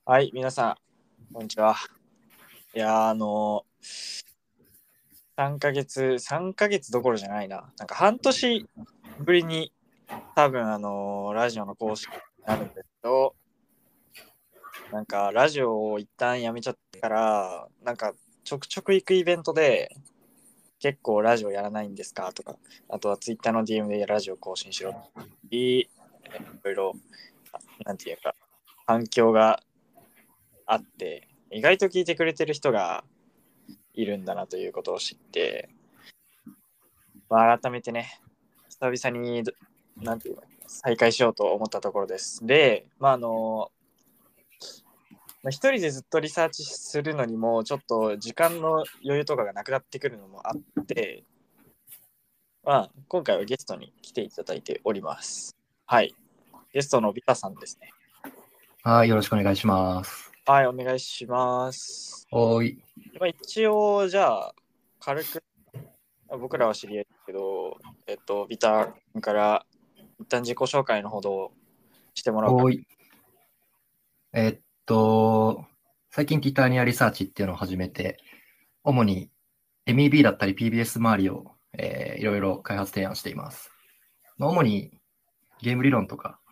はい、皆さん、こんにちは。いや3ヶ月どころじゃないな。なんか半年ぶりに多分ラジオの公式になるんですけど、なんかラジオを一旦やめちゃってから、なんかちょくちょく行くイベントで、結構ラジオやらないんですかとか、あとはツイッターの DM でラジオ更新しろっていろいろ、なんていうか、反響があって、意外と聞いてくれてる人がいるんだなということを知って、改めてね、久々に、なんていうの、再開しようと思ったところです。で、一人でずっとリサーチするのにも、ちょっと時間の余裕とかがなくなってくるのもあって、今回はゲストに来ていただいております。はい。ゲストのビタさんですね。 はい、よろしくお願いします。 はい、お願いします。 おーい。 一応、じゃあ、軽く、僕らは知り合いですけど、ビタ君から一旦自己紹介のほどしてもらおうか。 おーい。えっ最近ティターニアリサーチっていうのを始めて、主に MEB だったり PBS 周りを、いろいろ開発提案しています。主にゲーム理論とか、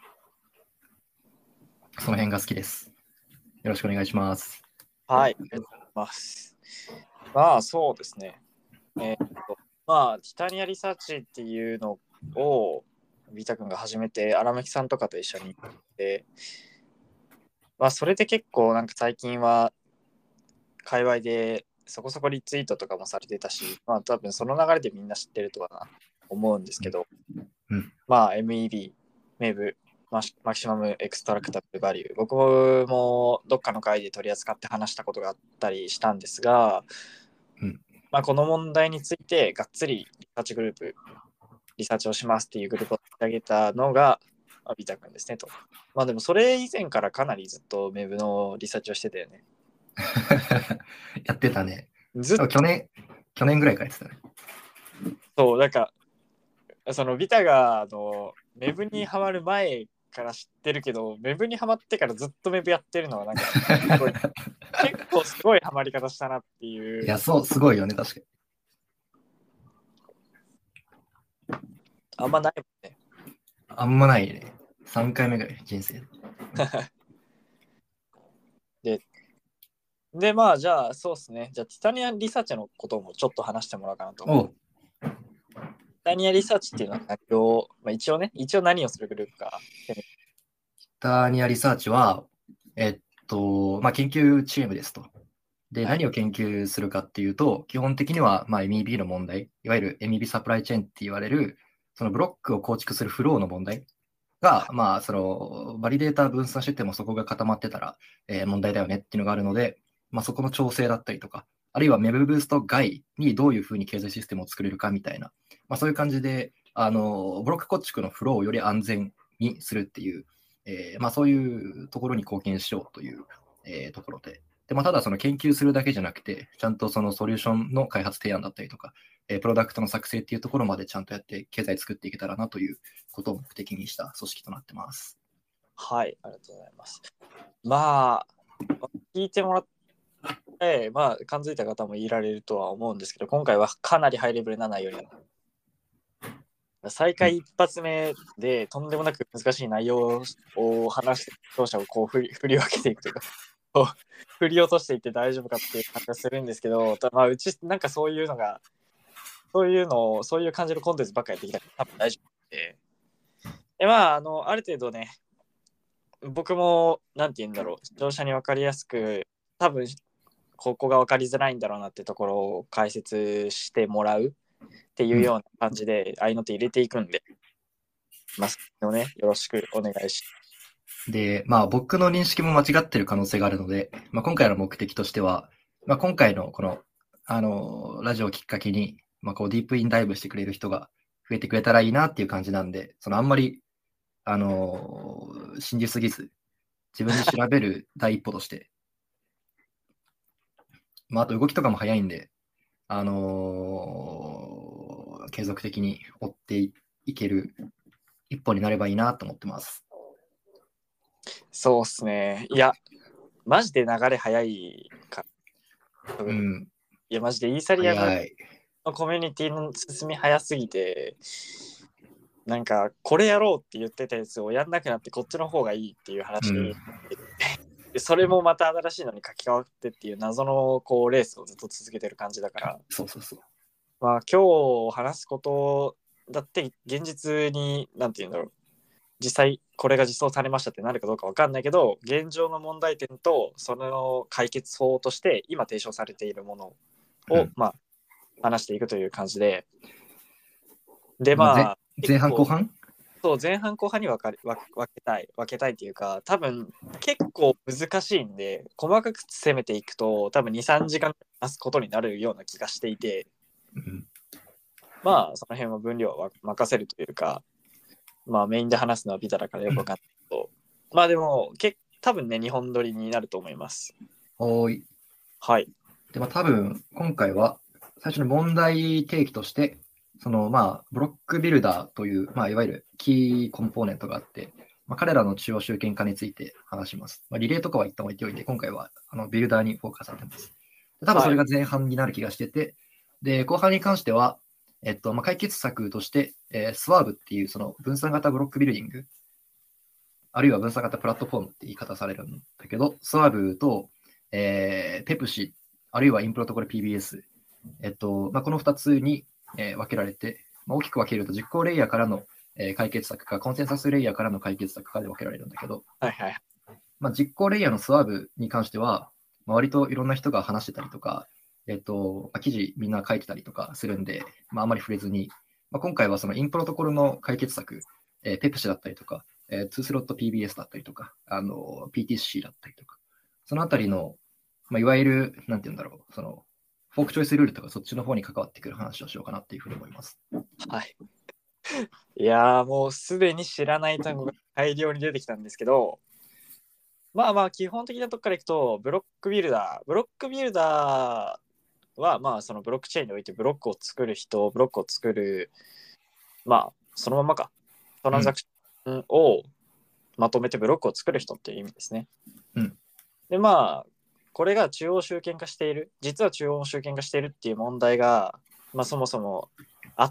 その辺が好きです。よろしくお願いします。 はい、ありがとうございます。そうですね。えーっティタニアリサーチっていうのを、ビタ君が始めて、荒牧さんとかと一緒にやって、それで結構、なんか最近は、界隈でそこそこリツイートとかもされてたし、多分その流れでみんな知ってるとはな思うんですけど、 うん。 MEB、メブ、マキシマムエクストラクタブルバリュー、僕もどっかの回で取り扱って話したことがあったりしたんですが、 うん。 この問題についてがっつりリサーチグループ、リサーチをしますっていうグループを立ち上げたのが、ビタ君ですねと。でもそれ以前からかなりずっとメブのリサーチをしてたよね。 やってたね。 ずっと、 去年ぐらいからやってたね。 そう、なんか、そのビタがメブにハマる前から知ってるけど、メブにハマってからずっとメブやってるのは、なんか、すごい結構すごいハマり方したなっていう、 いや、そう、すごいよね、確かに。 あんまないもんね。 あんまないね。3回目ぐらい、人生で。 で、じゃあ、そうですね。じゃあ、ティタニアンリサーチのこともちょっと話してもらおうかなと思う。 おう。 タニアリサーチっていうのは何を、一応何をするグループか。 ターニアリサーチは、研究チームですと。で、 はい。 何を研究するかっていうと、基本的には、MEB の問題、いわゆる MEB サプライチェーンって言われる、そのブロックを構築するフローの問題が、バリデータ分散しててもそこが固まってたら、問題だよねっていうのがあるので、そこの調整だったりとか、あるいは Web ブースト外にどういうふうに経済システムを作れるかみたいな、そういう感じで、ブロック構築のフローをより安全にするっていう、そういうところに貢献しようという、ところで、ただその研究するだけじゃなくて、ちゃんとそのソリューションの開発提案だったりとか、プロダクトの作成っていうところまでちゃんとやって経済作っていけたらなということを目的にした組織となってます。 はい、ありがとうございます。ま聞いてもらって、感づいた方もいられるとは思うんですけど、今回はかなりハイレベルな内容になる。再開一発目でとんでもなく難しい内容を話して、視聴者をこう振り分けていくというか、こう振り落としていって大丈夫かっていう感じがするんですけど、うちなんかそういうのが、そういう感じのコンテンツばっかりやってきたから多分大丈夫で。ある程度ね、僕も、なんて言うんだろう、視聴者に分かりやすく、多分、ここが分かりづらいんだろうなってところを解説してもらうっていうん。 うような感じで、合いの手入れていくんで、それをね、よろしくお願いしで、僕の認識も間違ってる可能性があるので、今回の目的としては、今回のこの、ラジオをきっかけに、こうディープインダイブしてくれる人が増えてくれたらいいなっていう感じなんで、あんまり、信じすぎず、自分で調べる第一歩として、あと動きとかも早いんで、継続的に追っていける一歩になればいいなと思ってます。 そうっすね。いや、 マジで流れ早いから。 うん。 いや、マジでイーサリアム早い。 のコミュニティの進み早すぎて、なんか、これやろうって言ってたやつをやんなくなって、こっちの方がいいっていう話うん。 で、それもまた新しいのに書き換わってっていう謎のこうレースをずっと続けてる感じだから、 そうそうそう。 まあ、今日話すことだって現実に、なんて言うんだろう、実際これが実装されましたってなるかどうか分かんないけど、現状の問題点とその解決法として今提唱されているものを、まあ、話していくという感じで、で、まあ、 前半後半そう、前半後半に分けたいっていうか、多分結構難しいんで、細かく攻めていくと、多分2、3時間話すことになるような気がしていて、まあ、その辺は分量は任せるというか、まあ、メインで話すのはビタだからよく分かんないけど、まあでも、多分ね、2本撮りになると思います。 おーい。 はい。 で、多分、今回は、最初の問題提起として、ブロックビルダーという、いわゆるキーコンポーネントがあって、彼らの中央集権化について話します。リレーとかは一旦置いておいて、今回はビルダーにフォーカスされてます。多分それが前半になる気がしてて、で、後半に関しては、解決策として、スワーブっていうその分散型ブロックビルディング、あるいは分散型プラットフォームって言い方されるんだけど、スワーブと、ペプシ、あるいはインプロトコル PBS、この2つに、分けられて、大きく分けると実行レイヤーからの、解決策か、コンセンサスレイヤーからの解決策かで分けられるんだけど、 はいはい。 実行レイヤーのスワーブに関しては、割といろんな人が話してたりとか、記事みんな書いてたりとかするんで、あまり触れずに、今回はそのインプロトコルの解決策、ペプシだったりとか、2スロット PBS だったりとか、PTC だったりとか、そのあたりの、いわゆる、なんて言うんだろう、その、フォークチョイスルールとかそっちの方に関わってくる話をしようかなっていうふうに思います。 はい。いやー、もうすでに知らない単語が大量に出てきたんですけど、まあまあ、基本的なとこからいくと、ブロックビルダーは、まあ、そのブロックチェーンにおいてブロックを作る人、ブロックを作る、まあ、そのままか、トランザクションをまとめてブロックを作る人っていう意味ですね。 うん、 で、まあ、これが中央集権化している、実は中央集権化しているっていう問題が、まあ、そもそもあって、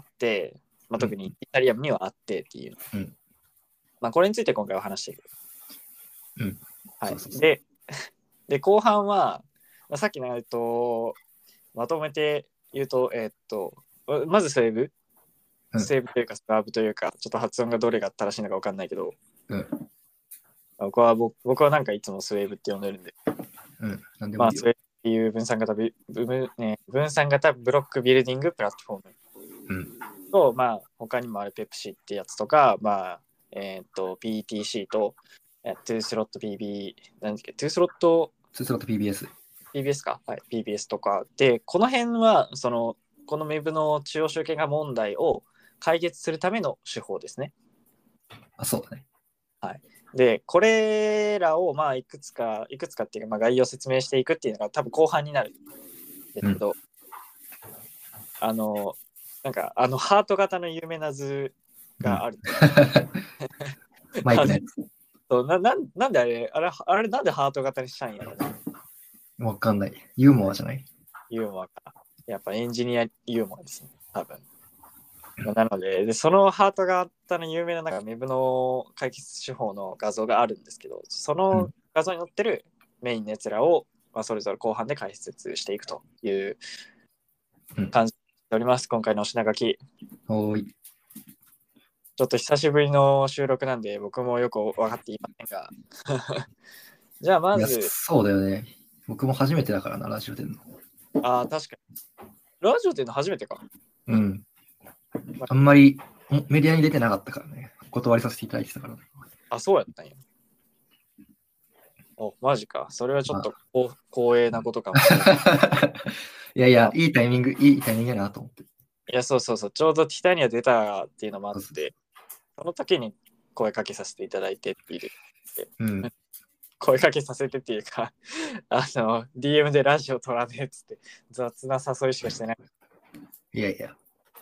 まあ、特にイタリアムにはあってっていう、まあ、これについて今回は話していく。はい。で、後半は、まあ、さっきのまとめて言うと、まずセーブというか、スワーブというか、ちょっと発音がどれが正しいのか分かんないけど、僕はなんかいつもスウェーブって呼んでるんで、 なんでもいいよ。 スウェーブっていう分散型ブロックビルディングプラットフォームと、他にもあるペプシってやつとか、PTC と、2スロット PB、何だっけ、2スロット PBS。 PBS か、はい、PBS とかで、この辺はこの Web の中央集権化問題を解決するための手法ですね。 そうだね。 はい。で、これらをいくつかっていうか、概要を説明していくっていうのが多分後半になるんですけど、なんかハート型の有名な図がある。 マイクね。 なんであれなんでハート型にしたんやろね。 わかんない。ユーモアじゃない？ ユーモアか。やっぱエンジニアユーモアですね、多分。なので、そのハート型の有名なウェブの解決手法の画像があるんですけど、その画像に載ってるメインのやつらを、それぞれ後半で解説していくという感じになります、今回のお品書き。ちょっと久しぶりの収録なんで、僕もよく分かっていませんが。じゃあまず。 そうだよね。僕も初めてだからな、ラジオでの。 確かに。ラジオでの初めてか。 あんまりメディアに出てなかったからね。断りさせていただいてたから、ね。 そうやったんや。マジか。それはちょっと光栄なことかもしれない。 いや、いいタイミングやなと思って。いや、そう。ちょうどティタニア出たっていうのもあって、その時に声かけさせていただいてっていう。声かけさせてっていうか、DM でラジオ撮らねえっつって、雑な誘いしかしてない。 いや。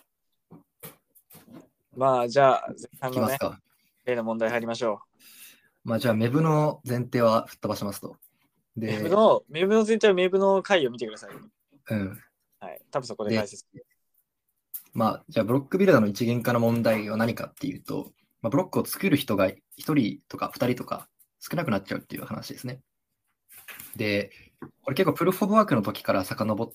じゃあ、前半のね、 例の問題入りましょう。じゃあ、Web の前提は吹っ飛ばしますと。 で、 メブの全体はメブの回を見てください。 うん。 はい。多分そこで解説。 まあ、じゃあブロックビルダーの一元化の問題は何かっていうと、まあ、ブロックを作る人が1人とか2人とか少なくなっちゃうっていう話ですね。で、これ結構プルーフ・オブ・ワークの時から遡って、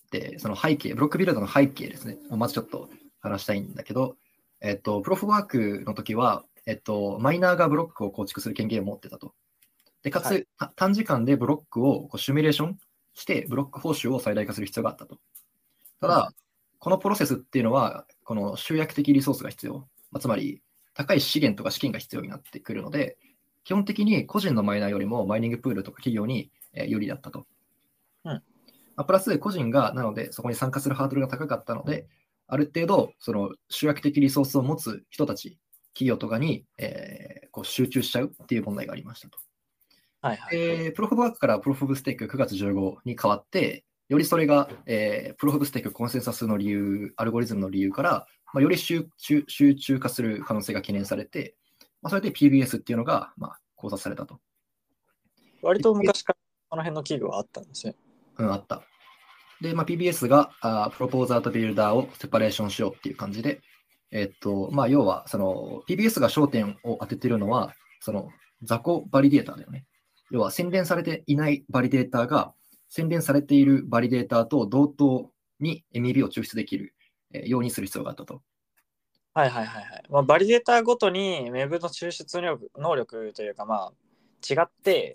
その背景、ブロックビルダーの背景ですね。まずちょっと話したいんだけど、プローフ・オブ・ワークの時は、マイナーがブロックを構築する権限を持ってたと。で、かつ、 はい、 短時間でブロックをこうシミュレーションして、ブロック報酬を最大化する必要があったと。ただ、このプロセスっていうのは、この集約的リソースが必要。つまり、高い資源とか資金が必要になってくるので、基本的に個人のマイナーよりもマイニングプールとか企業に有利だったと。プラス、個人が、なので、そこに参加するハードルが高かったので、ある程度、その集約的リソースを持つ人たち、企業とかに、こう集中しちゃうっていう問題がありましたと。 はいはい。 プロフブワークからプロフブステーク9月15に変わって、よりそれが、プロフブステークコンセンサスの理由、アルゴリズムの理由から、より集中化する可能性が懸念されて、それで PBS っていうのが、考察されたと。 割と昔からこの辺の器具はあったんですね。 あった。で、PBS がプロポーザーとビルダーをセパレーションしようっていう感じで、要は、その PBS が焦点を当てているのは、その雑魚バリデータだよね。要は洗練されていないバリデータが洗練されているバリデータと同等に MEB を抽出できるようにする必要があったと。 はいはいはいはい。バリデータごとに Web の抽出能力というか、違って、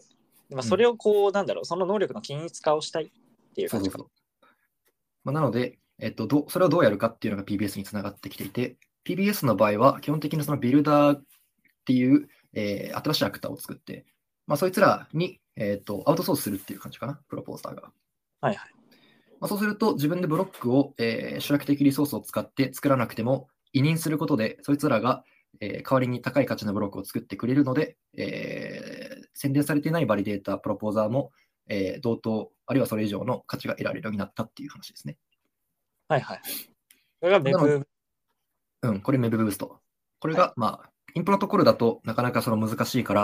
それをこう、その能力の均一化をしたいっていう感じか。 そう。なので、それをどうやるかっていうのが PBS につながってきていて、PBS の場合は基本的にそのビルダーっていう、新しいアクターを作って、そいつらに、アウトソースするっていう感じかな、プロポーザーが。 はいはい。 そうすると、自分でブロックを、集約的リソースを使って作らなくても、委任することで、そいつらが、代わりに高い価値のブロックを作ってくれるので、宣伝されていないバリデータ、プロポーザーも、同等、あるいはそれ以上の価値が得られるようになったっていう話ですね。 はいはい。それが Web。 これ Web ブースト。これが、 はい、 インプのところだとなかなかその難しいから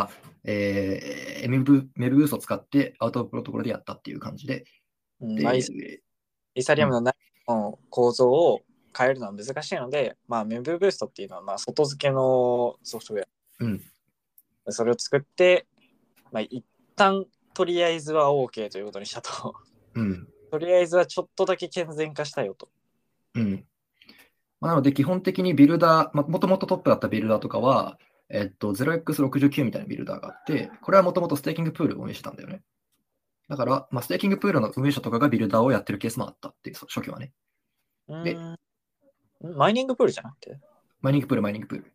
、Web ブーストを使ってアウトプのところでやったっていう感じで、 イーサリアムの内部の構造を変えるのは難しいので、Web ブーストっていうのは外付けのソフトウェア。それを作って、一旦とりあえずは OK ということにしたと。とりあえずはちょっとだけ健全化したよと。 なので、基本的にビルダー、もともとトップだったビルダーとかは、0x69 みたいなビルダーがあって、これはもともとステーキングプールを運営してたんだよね。だから、ステーキングプールの運営者とかがビルダーをやってるケースもあったっていう、初期はね。で、 マイニングプールじゃなくてマイニングプール。マイニングプール。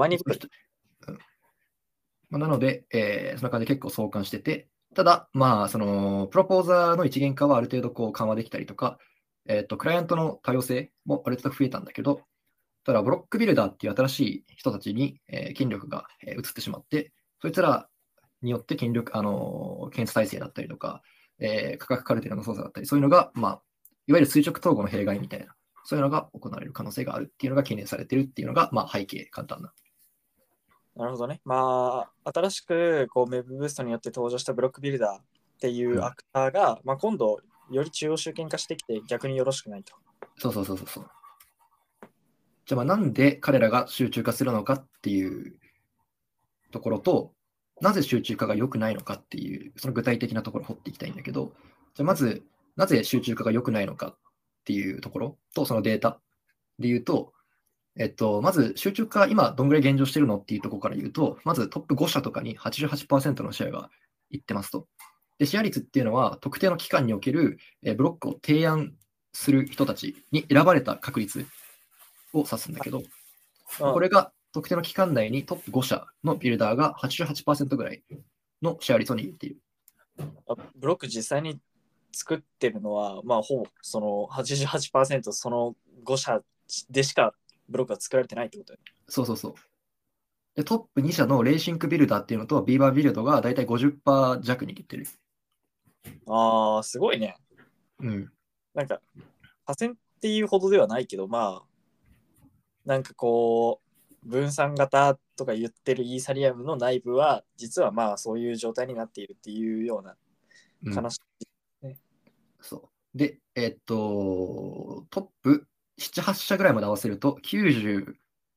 なので、そんな感じで結構相関してて、ただ、その、プロポーザーの一元化はある程度こう緩和できたりとか、クライアントの多様性もある程度増えたんだけど、ただ、ブロックビルダーっていう新しい人たちに、権力が、移ってしまって、そいつらによって検閲体制だったりとか、価格カルテルの操作だったり、そういうのが、いわゆる垂直統合の弊害みたいな、そういうのが行われる可能性があるっていうのが懸念されてるっていうのが、背景、簡単な。 なるほどね。新しくこう Web ブーストによって登場したブロックビルダーっていうアクターが、今度より中央集権化してきて逆によろしくないと。 そう。じゃあ、なんで彼らが集中化するのかっていうところと、なぜ集中化が良くないのかっていう、その具体的なところを掘っていきたいんだけど、じゃあまず、なぜ集中化が良くないのかっていうところと、そのデータで言うと、まず集中化、今どんぐらい現状してるのっていうところから言うと、まずトップ5社とかに88%のシェアがいってますと。で、シェア率っていうのは、特定の期間におけるブロックを提案する人たちに選ばれた確率を指すんだけど、これが特定の期間内にトップ5社のビルダーが88%ぐらいのシェア率を握っている。 ブロック実際に作ってるのは、ほぼその88%その5社でしかブロックが作られてないってことだよね。 そう。で、トップ2社のレーシングビルダーっていうのとビーバービルドがだいたい50%弱握ってる。 すごいね。 なんか、破線っていうほどではないけど、なんかこう、分散型とか言ってるイーサリアムの内部は、実はそういう状態になっているっていうような悲しい。 そうで、トップ7、8社ぐらいまで合わせると90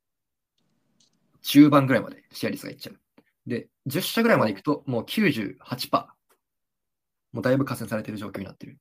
中盤ぐらいまでシェア率がいっちゃう。で、10社ぐらいまでいくともう98%。もうだいぶ加算されている状況になってる。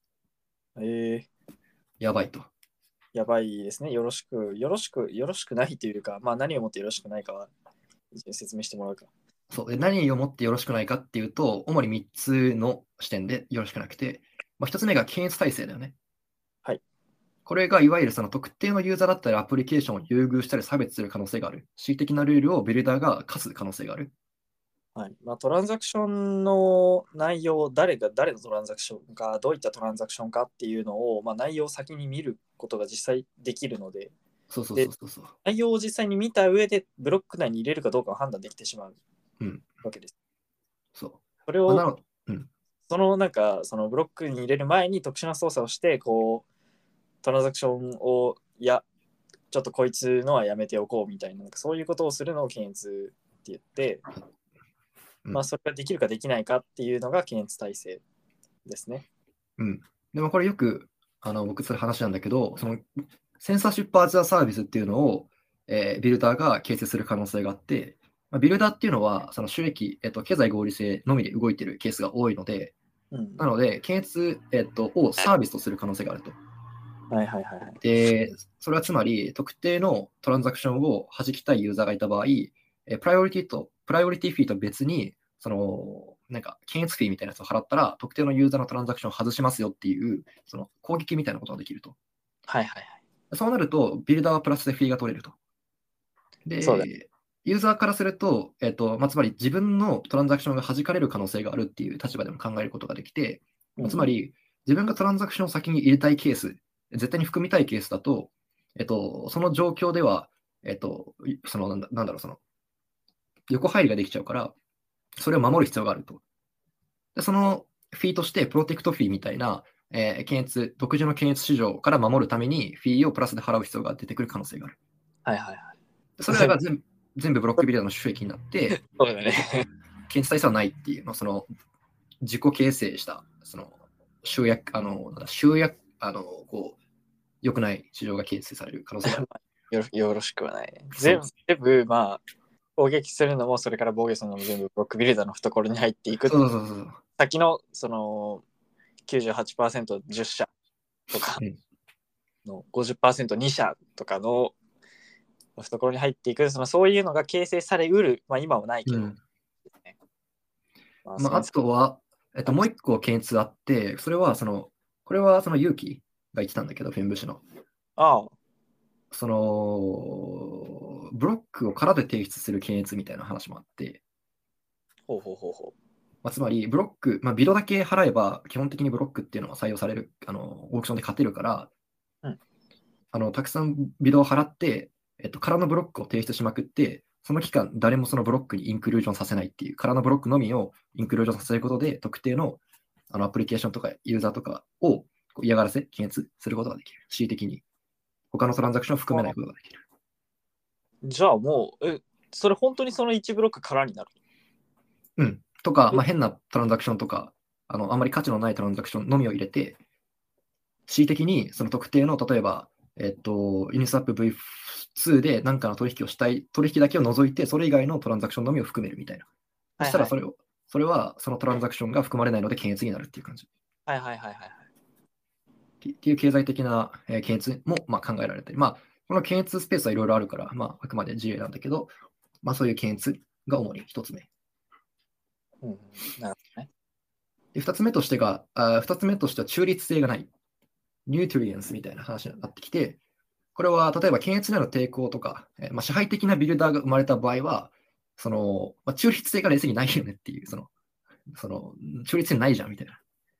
やばいと。 やばいですね。よろしくないというか、まあ何をもってよろしくないかは説明してもらうか。 そうで何をもってよろしくないかっていうと、主に3つの視点でよろしくなくて、1つ目が検閲体制だよね。 はい。 これがいわゆるその特定のユーザーだったりアプリケーションを優遇したり差別する可能性がある。恣意的なルールをビルダーが課す可能性がある。 はいまあ、トランザクションの内容、誰のトランザクションか、どういったトランザクションかっていうのを、まあ、内容を先に見ることが実際できるので、 そう。 内容を実際に見た上でブロック内に入れるかどうかを判断できてしまうわけです。 そう。 それを、 まあそのブロックに入れる前に特殊な操作をして、こう、トランザクションを、ちょっとこいつのはやめておこうみたいな、そういうことをするのを検閲って言って、まあ、それができるかできないかっていうのが検閲体制ですね。 でもこれよく僕する話なんだけど、そのセンサーシップアズアサービスっていうのを、ビルダーが形成する可能性があって、ビルダーっていうのはその収益、経済合理性のみで動いているケースが多いので、なので、検閲、をサービスとする可能性があると。で、それはつまり、特定のトランザクションを弾きたいユーザーがいた場合、プライオリティフィーと別に、なんか、検閲フィーみたいなやつを払ったら、特定のユーザーのトランザクションを外しますよっていう、その攻撃みたいなことができると。そうなると、ビルダーはプラスでフィーが取れると。で、ユーザーからすると、つまり自分のトランザクションが弾かれる可能性があるっていう立場でも考えることができて、つまり、自分がトランザクションを先に入れたいケース、絶対に含みたいケースだと、その状況では、横入りができちゃうから、それを守る必要があると。でそのフィーとして、プロテクトフィーみたいな、独自の検閲市場から守るために、フィーをプラスで払う必要が出てくる可能性がある。それらが全部ブロックビルダーの収益になって、検閲体制はないっていう、その自己形成した、その集約、良くない市場が形成される可能性がある。よろしくはない。全部、まあ、攻撃するのも、それから防御するのも全部ブロックビルダーの懐に入っていく。先のその 98%10 社とかの 50%2 社とかの懐に入っていく、そういうのが形成されうる、まあ今はないけど。 あとは、もう一個検閲あって、これはその勇気が言ってたんだけど、フェンブ氏の。その、ブロックを空で提出する検閲みたいな話もあって、つまり、ブロック、ビドだけ払えば、基本的にブロックっていうのは採用される、オークションで勝てるから、たくさんビドを払って、空のブロックを提出しまくって、その期間、誰もそのブロックにインクルージョンさせないっていう、空のブロックのみをインクルージョンさせることで、特定のアプリケーションとかユーザーとかを嫌がらせ、検閲することができる。恣意的に。他のトランザクションを含めないことができる。 じゃあもう、それ本当にその1ブロック空になる？ とか、変なトランザクションとか、あまり価値のないトランザクションのみを入れて、恣意的にその特定の、例えば、ユニスワップ V2 で何かの取引をしたい、取引だけを除いて、それ以外のトランザクションのみを含めるみたいな。そしたらそれはそのトランザクションが含まれないので検閲になるっていう感じ。っていう経済的な検閲も考えられて、この検閲スペースはいろいろあるから、あくまで自由なんだけど、そういう検閲が主に一つ目。で2つ目としては中立性がない。ニュートリエンスみたいな話になってきて、これは例えば検閲への抵抗とか、支配的なビルダーが生まれた場合は、中立性が冷静にないよねっていう、その中立性ないじゃんみたいな。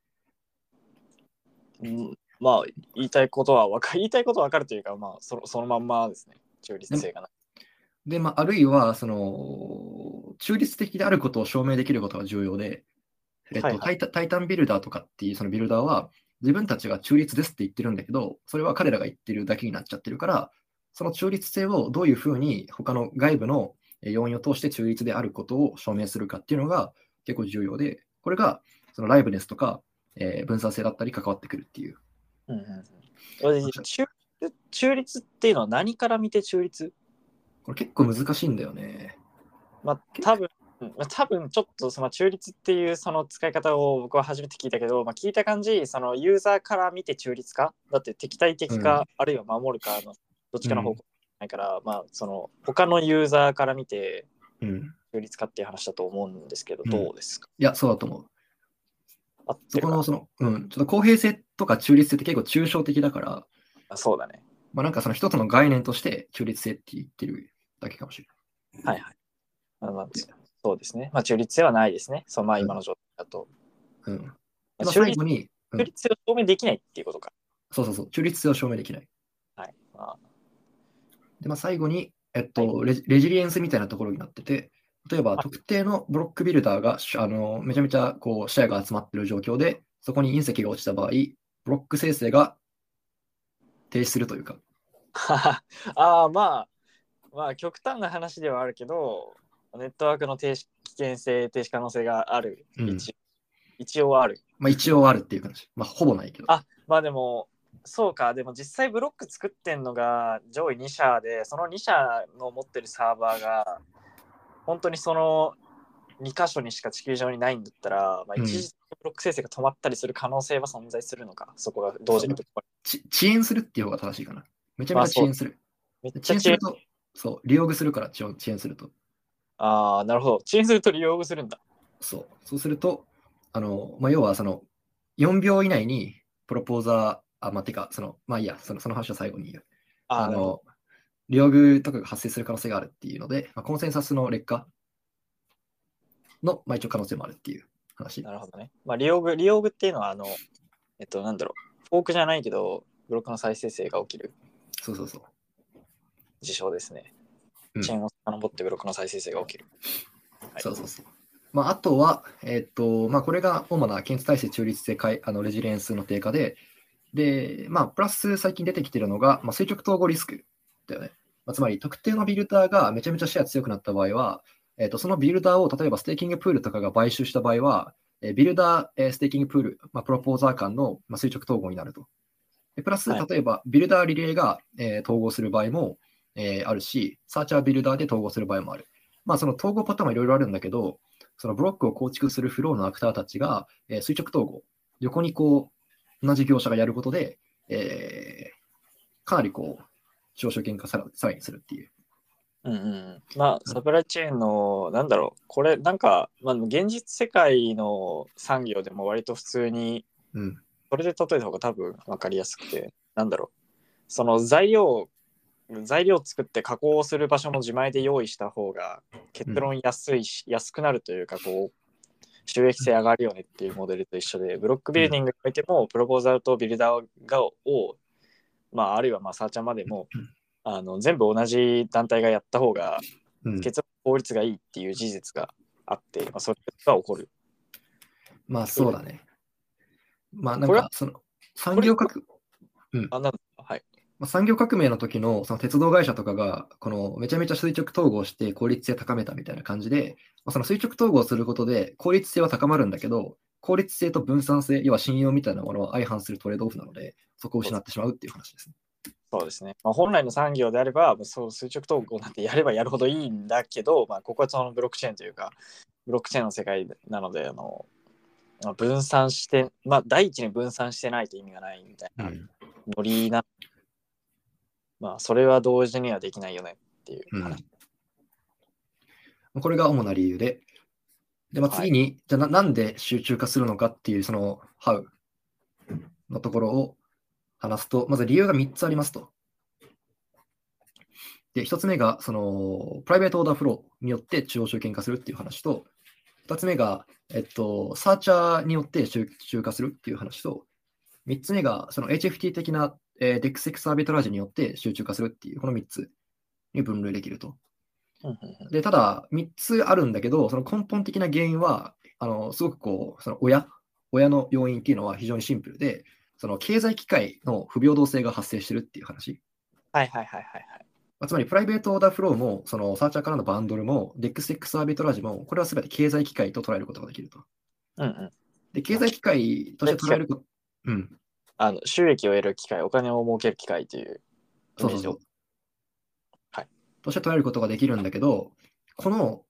言いたいことは分かるというか、そのまんまですね、中立性がない。 で、あるいは、中立的であることを証明できることが重要で、タイタンビルダーとかっていうそのビルダーは、自分たちが中立ですって言ってるんだけど、それは彼らが言ってるだけになっちゃってるから、その中立性をどういうふうに他の外部の要因を通して中立であることを証明するかっていうのが結構重要で、これがそのライブネスとか分散性だったり関わってくるっていう。 うんうんうん、中立っていうのは何から見て中立？ これ結構難しいんだよね。 まあ多分ちょっとその中立っていうその使い方を僕は初めて聞いたけど、まあ、聞いた感じそのユーザーから見て中立かだって敵対的か、あるいは守るかのどっちかの方向ないから、まあその他のユーザーから見て中立かっていう話だと思うんですけど、どうですか？ いや、そうだと思う。 合ってるか？ ちょっと公平性とか中立性って結構抽象的だから、 そうだね。 まあなんかその一つの概念として中立性って言ってるだけかもしれない。はいはい。そうですね。まあ中立性はないですね。まあ今の状態だと。 で最後に、 中立性を証明できないっていうことか。 そう、中立性を証明できない。 はい。 で、最後に、レジリエンスみたいなところになってて、例えば特定のブロックビルダーがめちゃめちゃこうシェアが集まっている状況で、そこに隕石が落ちた場合、ブロック生成が停止するというか。 まあ極端な話ではあるけど、ネットワークの危険性、停止可能性がある。一応ある。 一応あるっていう感じ。ほぼないけど。 まあでも、そうか。でも実際ブロック作ってんのが上位2社で、その2社の持ってるサーバーが、本当にその2箇所にしか地球上にないんだったら、一時的にブロック生成が止まったりする可能性は存在するのか、そこが同時に。 遅延するっていう方が正しいかな。めちゃめちゃ遅延する。 めっちゃ遅延すると、そう、リオグするから遅延すると。 なるほど。遅延するとリオグするんだ。 そうすると、要は4秒以内にプロポーザー、てか、その話は最後に言う。リオグとかが発生する可能性があるっていうので、コンセンサスの劣化の、一応可能性もあるっていう話。 なるほどね。リオグっていうのは、なんだろう、フォークじゃないけど、ブロックの再生成が起きる。 そう。 事象ですね。チェーンを遡ってブロックの再生成が起きる。 そう。あとは、これが主な検出体制中立性レジリエンスの低下で、プラス最近出てきているのが、垂直統合リスクだよね。つまり、特定のビルダーがめちゃめちゃシェア強くなった場合は、そのビルダーを例えばステーキングプールとかが買収した場合は、ビルダー、ステーキングプール、プロポーザー間の、垂直統合になると。プラス、例えば、ビルダーリレーが、統合する場合も、あるし、サーチャービルダーで統合する場合もある。その統合パターンはいろいろあるんだけど、そのブロックを構築するフローのアクターたちが、垂直統合、横にこう、同じ業者がやることで、かなりこう、少々減価さらにするっていう。 サプライチェーンの、これ、現実世界の産業でも割と普通に、それで例えた方が多分分かりやすくて、その材料を作って加工する場所も自前で用意した方が結論安くなるというか、こう収益性上がるよねっていうモデルと一緒で、ブロックビルディングにおいてもプロポーザーとビルダーをあるいはサーチャーまでも全部同じ団体がやった方が結論効率がいいっていう事実があって、それが起こる。 そうだね。その産業革命の時のその鉄道会社とかがこのめちゃめちゃ垂直統合して効率性高めたみたいな感じで、その垂直統合することで効率性は高まるんだけど、効率性と分散性、要は信用みたいなものは相反するトレードオフなので、そこを失ってしまうっていう話ですね。 そうですね。本来の産業であれば、垂直統合なんてやればやるほどいいんだけど、ここはそのブロックチェーンというか、ブロックチェーンの世界なので、分散して、第一に分散してないと意味がないみたいなノリな、それは同時にはできないよねっていう話。 これが主な理由で、次に、じゃあなんで集中化するのかっていう、その How のところを話すと、まず理由が3つありますと。で、1つ目が、その、プライベートオーダーフローによって中央集権化するっていう話と、2つ目が、サーチャーによって集中化するっていう話と、3つ目が、その HFT 的な、DEXX アービトラージによって集中化するっていう、この3つに分類できると。で、ただ、3つあるんだけど、その根本的な原因は、すごくこう、その親の要因っていうのは非常にシンプルで、その経済機会の不平等性が発生してるっていう話。つまり、プライベートオーダーフローも、そのサーチャーからのバンドルも、DEXX アービトラージも、これはすべて経済機会と捉えることができると。 で、経済機会として捉えること、うん。 収益を得る機会、お金を儲ける機会というイメージを。 そうそうそう。 はい。 として捉えることができるんだけど、この、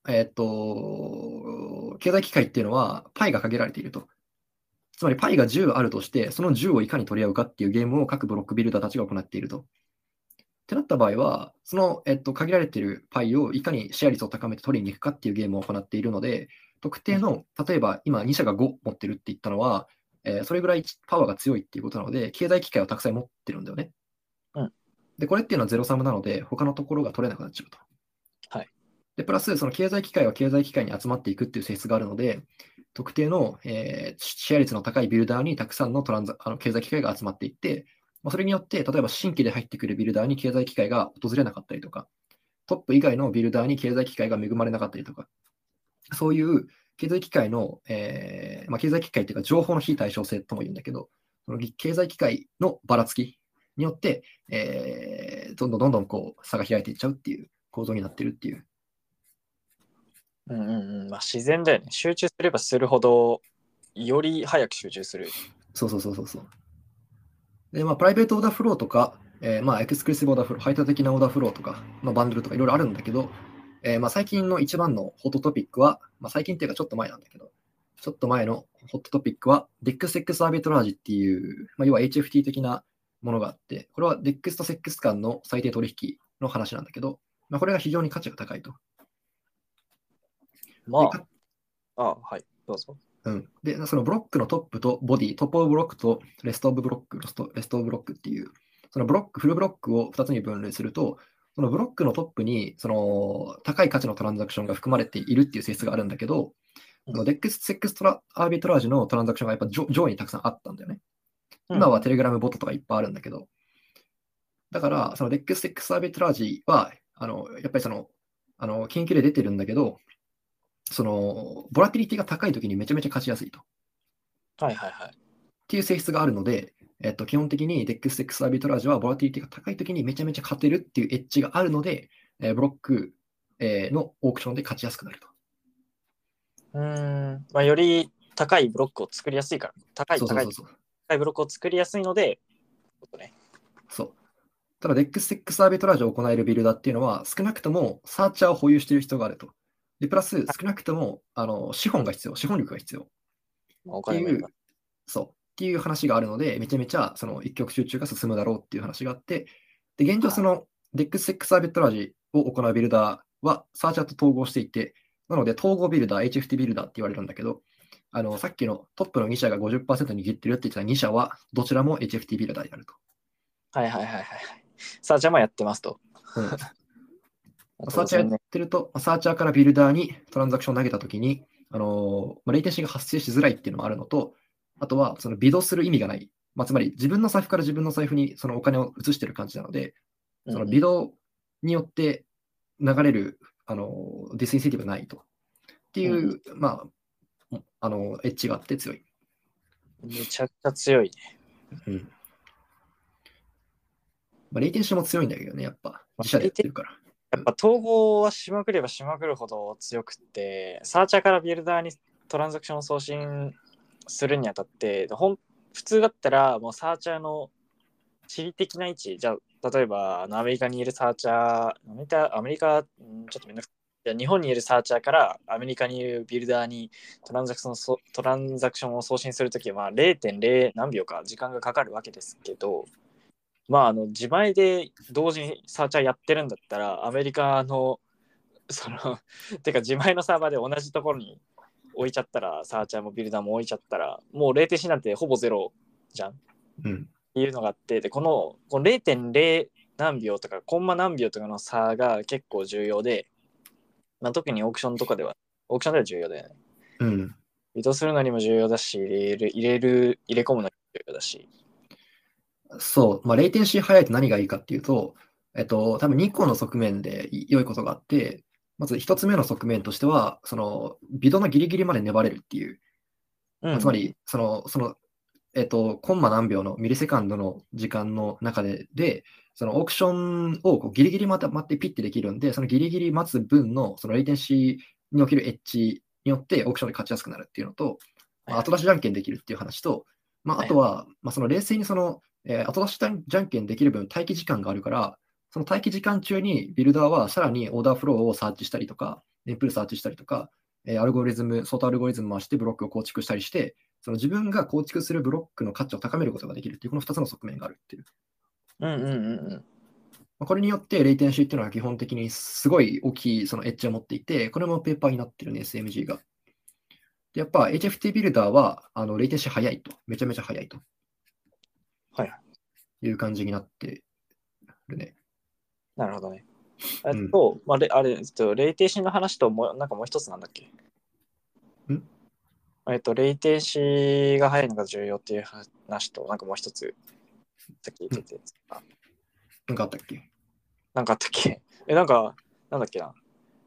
経済機会っていうのは、パイが限られていると。つまり、パイが10あるとして、その10をいかに取り合うかっていうゲームを各ブロックビルダーたちが行っていると。ってなった場合は、その、限られているパイをいかにシェア率を高めて取りに行くかっていうゲームを行っているので、特定の、例えば今2社が5持ってるって言ったのは、それぐらいパワーが強いっていうことなので、経済機会をたくさん持ってるんだよね。 うん。 で、これっていうのはゼロサムなので、他のところが取れなくなっちゃうと。 はい。 で、プラス、その経済機会は経済機会に集まっていくっていう性質があるので、特定の、シェア率の高いビルダーにたくさんの経済機会が集まっていって、それによって、例えば新規で入ってくるビルダーに経済機会が訪れなかったりとか、トップ以外のビルダーに経済機会が恵まれなかったりとか、そういう経済機会の、経済機会というか情報の非対称性とも言うんだけど、その経済機会のばらつきによって、どんどんどんどんこう差が開いていっちゃうっていう構造になってるっていう。 うんうんうん。まあ、自然だよね。集中すればするほど、より早く集中する。 そうそうそうそうそう。で、プライベートオーダーフローとか、エクスクルーシブオーダーフロー、排他的なオーダーフローとか、バンドルとかいろいろあるんだけど、最近の一番のホットトピックは、最近っていうかちょっと前なんだけど、ちょっと前のホットトピックは、DEX-X アービトラージっていう、要は HFT 的なものがあって、これは DEX と SEX 間の最低取引の話なんだけど、これが非常に価値が高いと。で、 はい、どうぞ。 で、そのブロックのトップとボディ、トップオブブロックとレストオブブロック、レストオブブロックっていう、そのブロック、フルブロックを2つに分類すると、そのブロックのトップにその高い価値のトランザクションが含まれているっていう性質があるんだけど、そのデックス、セックスアービトラージのトランザクションがやっぱ上位にたくさんあったんだよね。今はテレグラムボットとかいっぱいあるんだけど、だから、そのデックス、セックスアービトラージは、やっぱり研究で出てるんだけど、その、ボラティリティが高いときにめちゃめちゃ勝ちやすいと。 はいはいはい。 っていう性質があるので、基本的に DEX アービトラージはボラティリティが高いときにめちゃめちゃ勝てるっていうエッジがあるので、ブロック、のオークションで勝ちやすくなると。 より高いブロックを作りやすいから、高いそうそうそうそう。 高いブロックを作りやすいので、 そう。ただ DEX アービトラージを行えるビルダーっていうのは、少なくともサーチャーを保有している必要があると。で、プラス、少なくとも資本が必要、資本力が必要。 おっていう、 金もいるから。 そう。っていう話があるので、めちゃめちゃその一極集中が進むだろうっていう話があって、で、現状その DEX アービトラージを行うビルダーはサーチャーと統合していて、なので統合ビルダー、HFT ビルダーって言われるんだけど、さっきのトップの2社が 50% 握ってるって言った2社は、どちらも HFT ビルダーであると。 はいはいはいはい。さあ、じゃあもやってますと。 うん。サーチャーやってると、サーチャーからビルダーにトランザクションを投げたときに、レイテンシーが発生しづらいっていうのもあるのと、あとは、そのビドする意味がない。つまり、自分の財布から自分の財布にそのお金を移してる感じなので、そのビドによって流れる、ディスインセンティブがないと。っていう、エッジがあって強い。 めちゃくちゃ強いね。 うん。レイテンシーも強いんだけどね、やっぱ。自社でやってるから。 やっぱ統合はしまくればしまくるほど強くて、サーチャーからビルダーにトランザクションを送信するにあたって、普通だったらもうサーチャーの地理的な位置、じゃあ例えばアメリカにいるサーチャー、アメリカ、ちょっとめんどくさい。日本にいるサーチャーからアメリカにいるビルダーにトランザクションを送信するときは0.0何秒か時間がかかるわけですけど、自前で同時にサーチャーやってるんだったら、アメリカの、てか自前のサーバーで同じところに置いちゃったら、サーチャーもビルダーも置いちゃったら、もう0点 C なんてほぼゼロじゃん。っていうのがあって、で、この0.0何秒とか、コンマ何秒とかの差が結構重要で、特にオークションでは重要だよね。移動するのにも重要だし、入れ込むのにも重要だし。 そう、レイテンシー早いと何がいいかっていうと、多分2個の側面で良いことがあって、まず1つ目の側面としては、その、ビドのギリギリまで粘れるっていう。つまり、コンマ何秒のミリセカンドの時間の中で、そのオークションをこうギリギリ待ってピッてできるんで、そのギリギリ待つ分のそのレイテンシーにおけるエッジによってオークションで勝ちやすくなるっていうのと、 まあ、後出しじゃんけんできるっていう話と、まあ、あとは、まあ、その冷静にその、後出しじゃんけんできる分待機時間があるから、その待機時間中にビルダーはさらにオーダーフローをサーチしたりとか、ネンプルサーチしたりとか、アルゴリズム、相当アルゴリズム回してブロックを構築したりして、その自分が構築するブロックの価値を高めることができるっていう、この2つの側面があるっていう。 うんうんうんうん。 これによって、レイテンシーっていうのは基本的にすごい大きいそのエッジを持っていて、これもペーパーになってるね、SMG が。でやっぱ HFT ビルダーはレイテンシー早いと。めちゃめちゃ早いと。 はい。 いう感じになってるね。 なるほどね。 うんまあ、レイテンシーの話となんかもう一つなんだっけ。レイテンシーが早いのが重要っていう話と、なんかもう一つ、さっき言ってて、 なんかあったっけ？ なんかあったっけ。なんか、なんだっけな。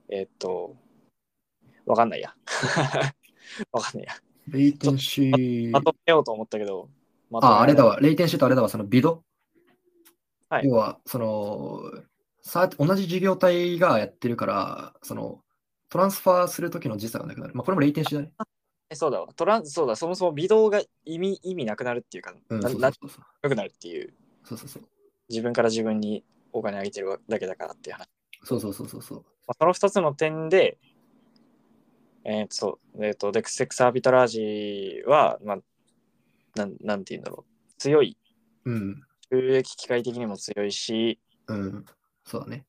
わかんないや。わかんないや。 レイテンシー。 まとめようと思ったけど、まとめあ、あられない。 れだわ。レイテンシーとあれだわ。そのビド。 はい。 要は、その、同じ事業体がやってるから、その、トランスファーするときの時差がなくなる。まあ、これもレイテンシーだね。 そうだわ。そうだ、そもそも微動が意味なくなるっていうか、 うん、そうそうそうそう。 なくなるっていう、 そうそうそう。 自分から自分にお金あげてるだけだからっていう話。 そうそうそうそうそう。 まあ、その2つの点で、デクセックスアービトラージは、まあ、なんて言うんだろう。強い。 うん。 収益機械的にも強いし、 うん。そうだね。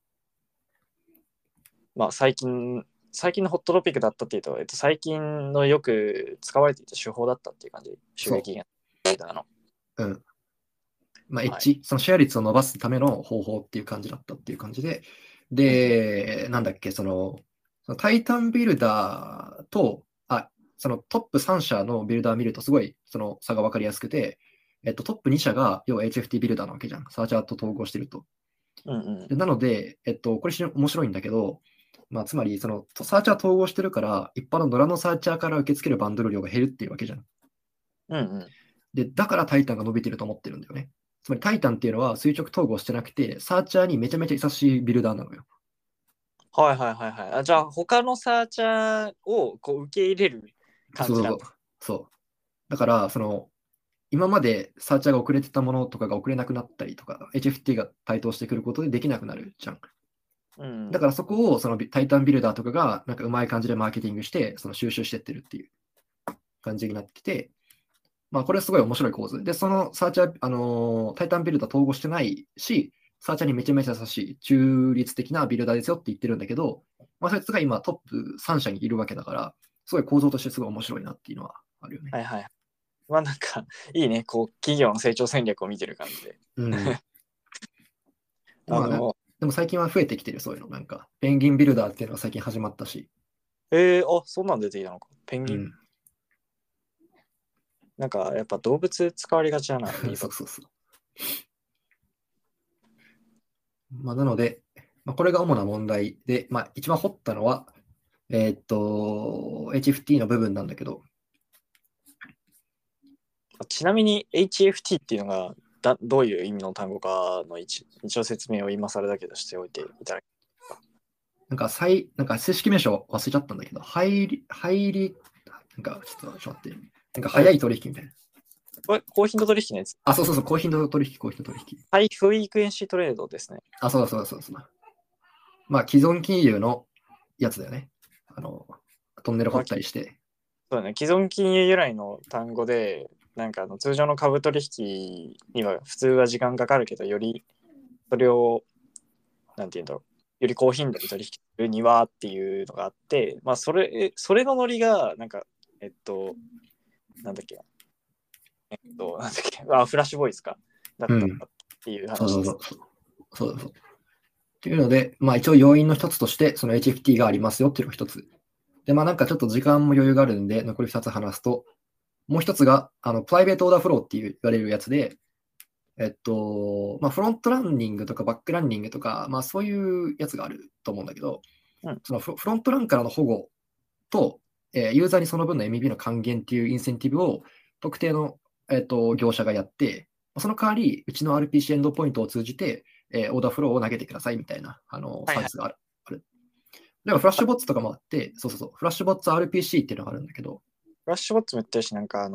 まあ、最近のホットトピックだったっていうと、最近のよく使われていた手法だったっていう感じ。収益源データの。 うん。まあ、エッはい。 ジ、そのシェア率を伸ばすための方法っていう感じだったっていう感じで、で、なんだっけ、そのタイタンビルダーと、そのトップ3社のビルダー見るとすごいその差が分かりやすくて、トップ2社が要は HFT ビルダーなわけじゃん。サーチャーと統合してると。 うんうん。 でなので、これ面白いんだけど、まあ、つまり、そのサーチャー統合してるから、一般の野良のサーチャーから受け付けるバンドル量が減るっていうわけじゃん。 うんうん。 で、だからタイタンが伸びてると思ってるんだよね。つまりタイタンっていうのは垂直統合してなくて、サーチャーにめちゃめちゃ優しいビルダーなのよ。 はいはいはいはい。じゃあ、他のサーチャーをこう受け入れる感じなんだ。 そうそうそう。そう。だから、その、今までサーチャーが遅れてたものとかが遅れなくなったりとか、HFT が台頭してくることでできなくなるじゃん。 うん、 だからそこをそのタイタンビルダーとかがなんかうまい感じでマーケティングして、その収集してってるっていう感じになってて、まあこれはすごい面白い構図。で、そのサーチャー、タイタンビルダー統合してないし、サーチャーにめちゃめちゃ優しい、中立的なビルダーですよって言ってるんだけど、まあそいつが今トップ3社にいるわけだから、すごい構造としてすごい面白いなっていうのはあるよね。 はいはい。まあなんか、いいね。こう、企業の成長戦略を見てる感じで。 うん。まあね、 あの、 でも最近は増えてきてる、そういうの。なんか、ペンギンビルダーっていうのが最近始まったし。 そんなん出てきたのか。ペンギン。 うん。 なんか、やっぱ動物使われがちだな、ビーバー。 そうそうそう。まあ、なので、まあ、これが主な問題で、まあ、一番掘ったのは、HFT の部分なんだけど、 ちなみに HFT っていうのがどういう意味の単語かの一応説明を今更だけどしておいていただけなんか正式名称忘れちゃったんだけど、なんかちょっと待って、なんか早い取引みたいな。 これ、高頻度取引のやつ。 あ、そうそうそう、高頻度取引。 ハイフリークエンシートレードですね。 あ、そうそうそうそう。まあ、既存金融のやつだよね。トンネル掘ったりして。 そうだね。既存金融由来の単語で、なんか通常の株取引には普通は時間かかるけど、よりそれを、なんていうんだろう、より高頻度に取引するにはっていうのがあって、まあ、それのノリが、なんか、なんだっけ、なんだっけ、フラッシュボーイズか、だったっていう話です。 そう。というので、まあ一応要因の一つとして、その HFT がありますよっていうのが一つ。で、まあなんかちょっと時間も余裕があるんで、残り二つ話すと、もう一つが、プライベートオーダーフローって言われるやつで、まあフロントランニングとかバックランニングとか、まあそういうやつがあると思うんだけど、そのフロントランからの保護と、ユーザーにその分の MEB の還元っていうインセンティブを特定の、業者がやって、その代わり、うちの RPC エンドポイントを通じて、オーダーフローを投げてくださいみたいなサービスがある。でもフラッシュボッツとかもあって、そう、フラッシュボッツ RPC っていうのがあるんだけど、 ラッシュボットも言ってるし、なんか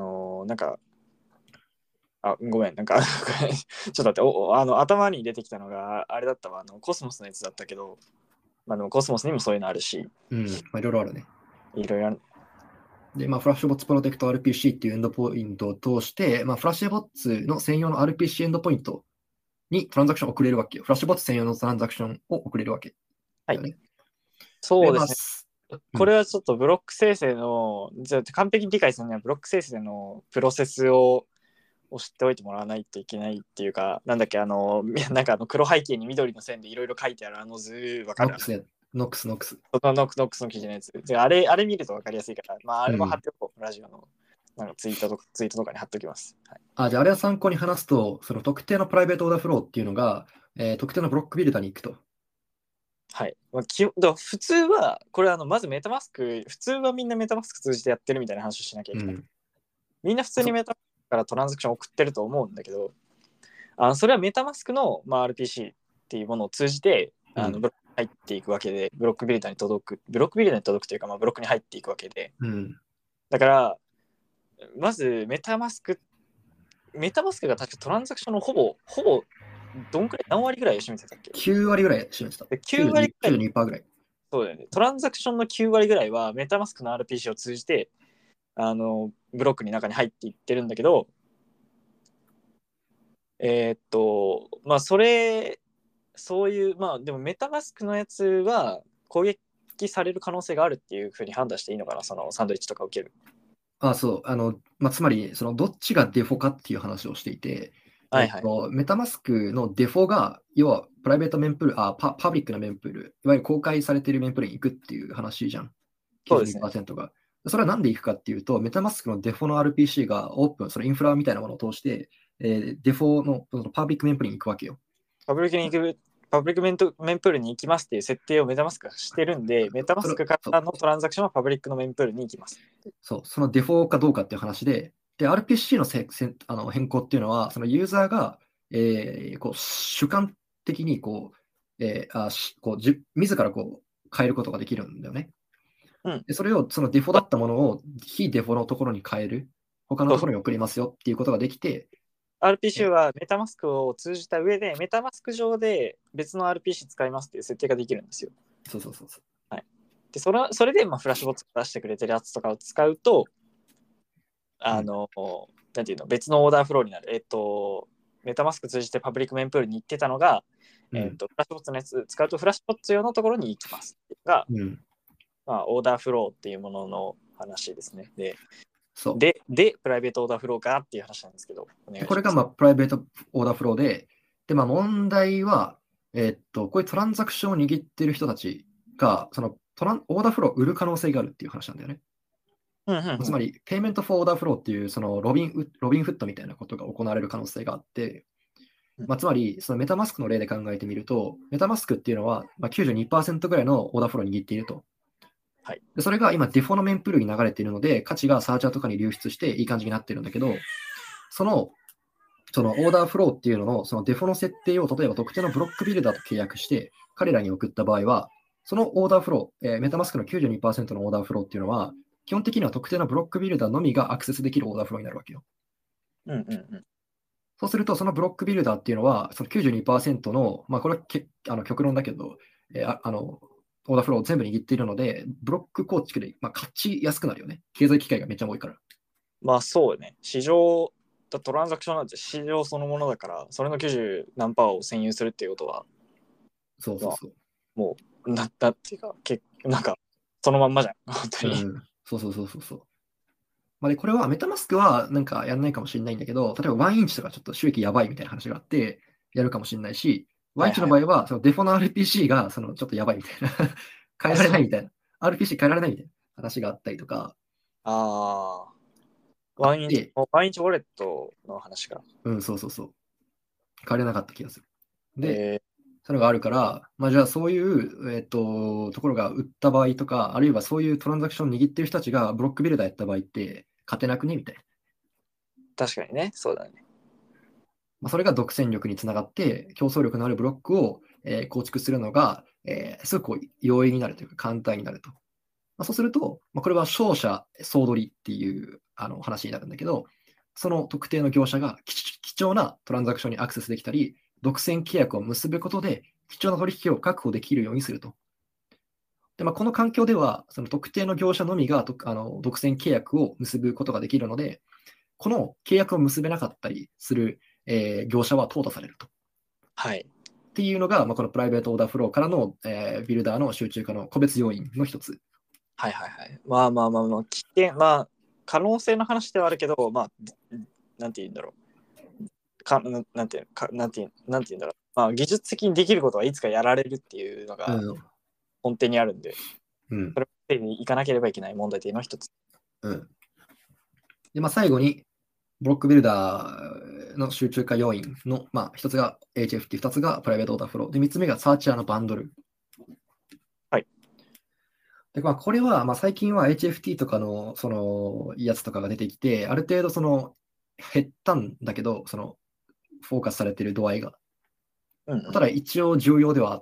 ごめん、なんかちょっと待って、頭に出てきたのが、あれだったわ、コスモスのやつだったけど、でもコスモスにもそういうのあるし、 うん、いろいろあるね。 いろいろある。 で、フラッシュボッツプロテクト RPC っていうエンドポイントを通して、フラッシュボッツの専用の RPC エンドポイントにトランザクションを送れるわけよ。フラッシュボッツ専用のトランザクションを送れるわけはい。 だよね。 そうですね。 うんこれはちょっとブロック生成の、じゃあ完璧に理解するにはブロック生成のプロセスを知っておいてもらわないといけないっていうか、なんだっけ、なんか黒背景に緑の線でいろいろ書いてある図、わかる？ ノックス。 ノックスの記事のやつ。あれ見るとわかりやすいから、あれも貼っておこう、ラジオのなんかツイートとかに貼っておきます。はい、 じゃあ、あれは参考に話すと、その特定のプライベートオーダーフローっていうのが、特定のブロックビルダーに行くと。 はい。普通は、これまずメタマスク、普通はみんなメタマスク通じてやってるみたいな話をしなきゃいけない。みんな普通にメタマスクからトランザクションを送ってると思うんだけど、それはメタマスクの、RPC っていうものを通じて、ブロックに入っていくわけで、ブロックビルダーに届くというか、ブロックに入っていくわけで。だから、まずメタマスクが確かトランザクションのほぼどんくらい、何割ぐらいを占めてたっけ？ 9 割ぐらい占めてた。 9割ぐらい。 92%ぐらい。 そうだよね。トランザクションの9割ぐらいはメタマスクの RPC を通じて、ブロックの中に入っていってるんだけど、そういう、でもメタマスクのやつは攻撃される可能性があるっていうふうに判断していいのかな、そのサンドイッチとか受ける。 そう。つまり、どっちがデフォかっていう話をしていて、メタマスクのデフォが、要はプライベートメンプール、パブリックなメンプール、いわゆる公開されているメンプールに行くっていう話じゃん。92% が。それはなんで行くかっていうと、メタマスクのデフォの RPC がオープン、そのインフラみたいなものを通して、デフォのパブリックメンプールに行くわけよ。 パブリックメンプールに行きますっていう設定をメタマスクがしてるんで、メタマスクからのトランザクションはパブリックのメンプールに行きます。 そう、そのデフォかどうかっていう話で、RPC の変更っていうのは、そのユーザーが、主観的に自ら変えることができるんだよね。でそれをそのデフォだったものを非デフォのところに変える、他のところに送りますよっていうことができて、 RPC はメタマスクを通じた上で、メタマスク上で別の RPC 使いますっていう設定ができるんですよ。 そう。 はい。で、それで、フラッシュボット出してくれてるやつとかを使うと、なんていうの、別のオーダーフローになる。メタマスク通じてパブリックメンプールに行ってたのが、フラッシュボットのやつ使うと、フラッシュボット用のところに行きますが、オーダーフローっていうものの話ですね。で、プライベートオーダーフローかっていう話なんですけど、 これがプライベートオーダーフローで、問題は、こういうトランザクションを握っている人たちが、オーダーフローを売る可能性があるっていう話なんだよね。つまり、ペイメント・フォー・オーダーフローっていう、そのロビンフットみたいなことが行われる可能性があって、つまり、そのメタマスクの例で考えてみると、メタマスクっていうのは、92% ぐらいのオーダーフローを握っていると。でそれが今、デフォのメンプールに流れているので、価値がサーチャーとかに流出していい感じになってるんだけど、そのオーダーフローっていうのの、そのデフォの設定を、例えば特定のブロックビルダーと契約して、彼らに送った場合は、そのオーダーフロー、メタマスクの 92% のオーダーフローっていうのは、基本的には特定のブロックビルダーのみがアクセスできるオーダーフローになるわけよ。そうすると、そのブロックビルダーっていうのは、その 92% の、これは極論だけど、オーダーフローを全部握っているので、ブロック構築で、勝ちやすくなるよね。経済機会がめっちゃ多いから。 そうよね。市場、トランザクションなんて市場そのものだから、それの90何パーを占有するっていうことは、 そう。 もう、なったっていうか、なんか、そのまんまじゃん、本当に。 そう。で、これはメタマスクはなんかやんないかもしれないんだけど、例えば1インチとかちょっと収益やばいみたいな話があって、やるかもしれないし、1インチの場合は、そのデフォの RPC がちょっとやばいみたいな、変えられないみたいな、RPC 変えられないみたいな話があったりとか。 ワインチウォレットの話が。 そう。変えれなかった気がする。で、そういうのがあるから、じゃあそういう、ところが売った場合とか、あるいはそういうトランザクションを握ってる人たちがブロックビルダーやった場合って勝てなくねみたいな。 確かにね、そうだね。 それが独占力につながって、競争力のあるブロックを、構築するのが、すごく容易になるというか簡単になると。 そうすると、これは商社総取りっていう話になるんだけど、その特定の業者が貴重なトランザクションにアクセスできたり、独占契約を結ぶことで貴重な取引を確保できるようにすると。で、この環境では、その特定の業者のみが独占契約を結ぶことができるので、この契約を結べなかったりする、業者は淘汰されると。 はい。 っていうのが、このプライベートオーダーフローからの、ビルダーの集中化の個別要因の一つ。 はいはいはい。まあまあまあまあ、危険、まあ、可能性の話ではあるけど、まあ、なんて言うんだろう。なんて言うんだろう。まあ、技術的にできることはいつかやられるっていうのがうん。 根底にあるんで、 うん。 それを防いでいかなければいけない問題というのは一つ。 うん。で、最後に、ブロックビルダーの集中化要因の、一つが HFT、二つがプライベートオーダーフロー。で、三つ目がサーチャーのバンドル。 はい。 で、これは、最近は HFT とかの、やつとかが出てきて、ある程度、減ったんだけど、フォーカスされている度合いが。 うんうん、 ただ、一応重要ではあって、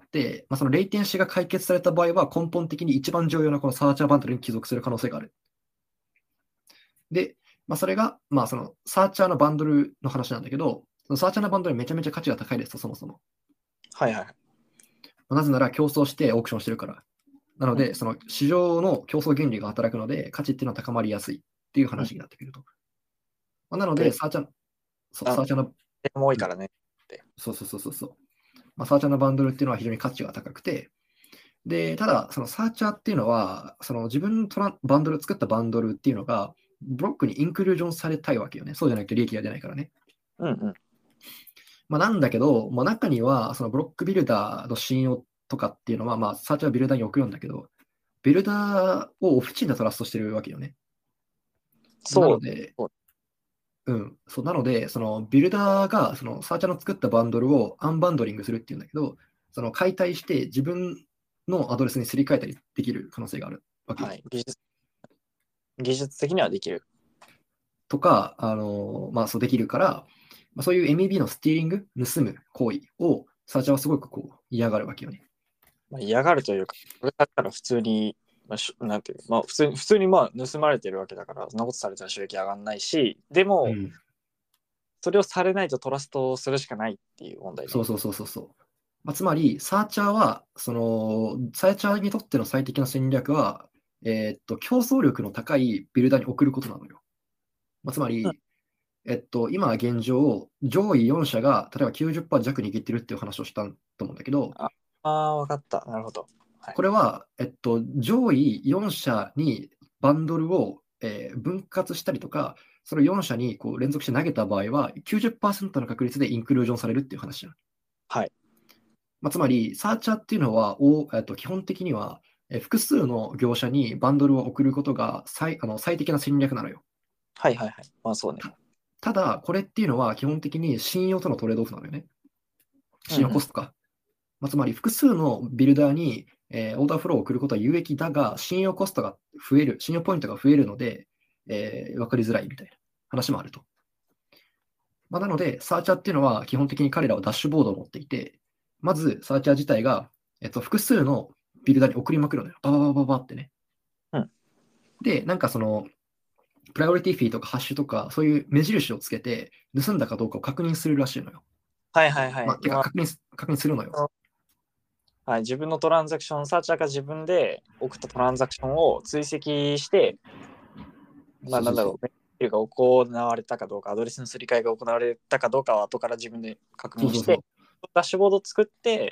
そのレイテンシが解決された場合は、根本的に一番重要なこのサーチャーバンドルに帰属する可能性がある。で、それが、そのサーチャーのバンドルの話なんだけど、そのサーチャーのバンドルめちゃめちゃ価値が高いですと、そもそも。 はいはいはい。 なぜなら競争してオークションしてるから。なので、その市場の競争原理が働くので、価値っていうのは高まりやすいっていう話になってくると。なので、 で、 サーチャー、 あ、 サーチャーの、 多いからね。 そうそうそうそうそう。サーチャーのバンドルっていうのは非常に価値が高くて、で、ただ、そのサーチャーっていうのは、その自分のバンドル、作ったバンドルっていうのが、ブロックにインクルージョンされたいわけよね。そうじゃなくて利益が出ないからね。 うんうん。 なんだけど、中には、そのブロックビルダーの信用とかっていうのは、サーチャーはビルダーに送るんだけど、ビルダーをオフチンでトラストしてるわけよね。なそう。 ので、 そうなので、そのビルダーがそのサーチャーの作ったバンドルをアンバンドリングするっていうんだけど、その解体して自分のアドレスにすり替えたりできる可能性があるわけよ。 はい。技術的にはできる。 とか、そうできるから、そういう MEB のスティーリング、盗む行為をサーチャーはすごく嫌がるわけよね。 まあ、嫌がるというか、これだったら普通に、なんていうまあ、普通にまあ盗まれてるわけだから、そんなことされたら収益上がんないし、でも、それをされないとトラストするしかないっていう問題ね。 そうそうそうそうそう。つまり、サーチャーは、サーチャーにとっての最適な戦略は、競争力の高いビルダーに送ることなのよ。つまうん、 り、今現状、上位4社が例えば90%弱握ってるっていう話をしたと思うんだけど、 わかった。なるほど。はい、 これは、上位4社にバンドルを、分割したりとか、それを4社に連続して投げた場合は、90%の確率でインクルージョンされるっていう話じゃん。 はい。 つまり、サーチャーっていうのは、基本的には、複数の業者にバンドルを送ることが最適な戦略なのよ。 はいはいはい。まあそうね。 ただ、これっていうのは基本的に信用とのトレードオフなのよね。信用コストか。つまり、複数のビルダーに、オーダーフローを送ることは有益だが、信用コストが増える、信用ポイントが増えるので、分かりづらいみたいな話もあると。なので、サーチャーっていうのは基本的に彼らはダッシュボードを持っていて、まずサーチャー自体が、複数のビルダーに送りまくるのよ。バババババってね。 うん、 で、プライオリティフィーとかハッシュとか、そういう目印をつけて、盗んだかどうかを確認するらしいのよ。 はいはいはい。 てか確認するのよ。 はい、自分のトランザクション、サーチャーが自分で送ったトランザクションを追跡して、なんだろう、メールが行われたかどうか、アドレスのすり替えが行われたかどうかは後から自分で確認して、ダッシュボードを作って、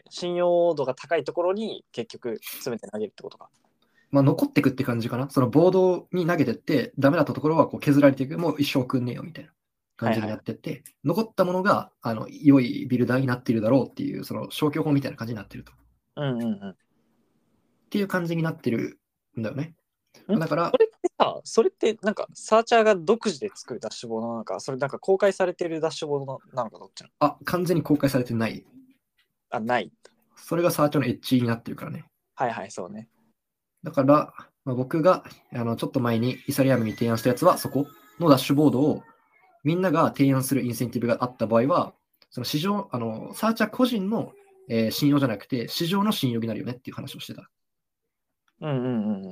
信用度が高いところに結局、全て投げるってことか。 残っていくって感じかな。そのボードに投げてって、ダメだったところは削られていく、もう一生送んねえよみたいな感じになってって、残ったものが良いビルダーになっているだろうっていう、その消去法みたいな感じになってると。っていう感じになってるんだよね。だから、 それってなんかサーチャーが独自で作るダッシュボードなのか、それなんか公開されてるダッシュボードなのかどっちなの？ 完全に公開されてない。 ない。 それがサーチャーのエッジになってるからね。 はいはい、そうね。 だから、僕がちょっと前にイサリアムに提案したやつは、そこのダッシュボードをみんなが提案するインセンティブがあった場合は、その市場、サーチャー個人の、信用じゃなくて、市場の信用になるよねっていう話をしてた。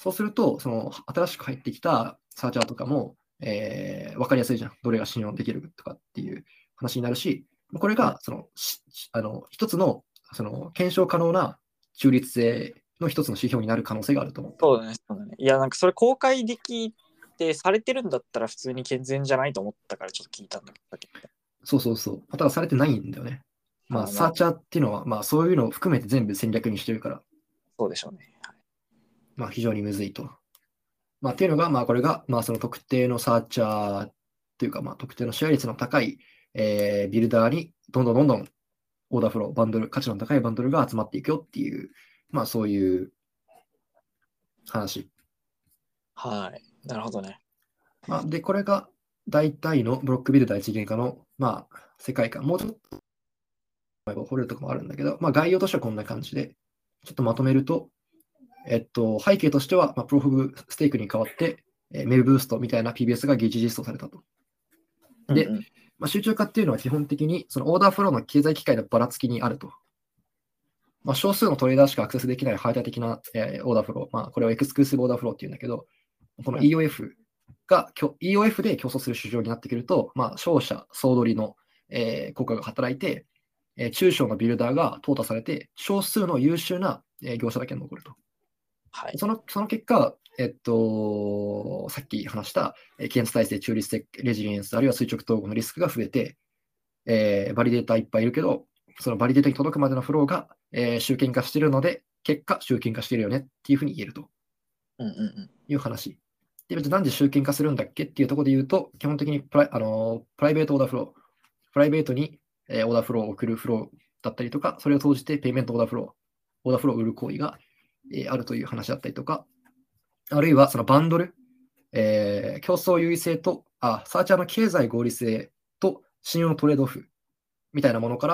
そうすると、その新しく入ってきたサーチャーとかも、分かりやすいじゃん。どれが信用できるとかっていう話になるし、これがその一つのその検証可能な中立性の一つの指標になる可能性があると思った。 そうだね、そうだね。いや、なんかそれ公開できてされてるんだったら普通に健全じゃないと思ったからちょっと聞いたんだけど。 そうそうそう。ただされてないんだよね。まあ、サーチャーっていうのは、まあ、そういうのを含めて全部戦略にしてるから、 そうでしょうね。 まあ、非常にむずいと。まあ、っていうのが、まあ、これが、まあ、その特定のサーチャーというか、まあ、特定の支配率の高い、ビルダーにどんどんどんどんオーダーフロー、バンドル、価値の高いバンドルが集まっていくよっていう、まあ、そういう話。 はい。なるほどね。 まあ、で、これが大体のブロックビルダー一元化の、まあ、世界観。もうちょっと掘れるとこもあるんだけど、まあ、概要としてはこんな感じで、ちょっとまとめると、背景としては、まあ、プロフブステークに代わって、メルブーストみたいな PBS が疑似実装されたと。で、まあ、集中化っていうのは基本的にそのオーダーフローの経済機会のばらつきにあると。まあ、少数のトレーダーしかアクセスできない排他的な、オーダーフロー、まあ、これをエクスクルーシブオーダーフローっていうんだけど、この EOF が、EOF で競争する市場になってくると、まあ、商社、総取りの、効果が働いて、中小のビルダーが淘汰されて、少数の優秀な、業者だけ残ると。 はい、 その結果、さっき話した、検閲体制、中立性、レジリエンス、あるいは垂直統合のリスクが増えて、バリデータいっぱいいるけど、そのバリデータに届くまでのフローが、集権化しているので、結果、集権化しているよねっていうふうに言えるという話。で、別になんで集権化するんだっけっていうところで言うと、基本的にプライベートオーダーフロー、プライベートに、オーダーフローを送るフローだったりとか、それを通じてペイメントオーダーフローを売る行為が、あるという話だったりとか、あるいはそのバンドル、競争優位性と、サーチャーの経済合理性と信用のトレードオフみたいなものから、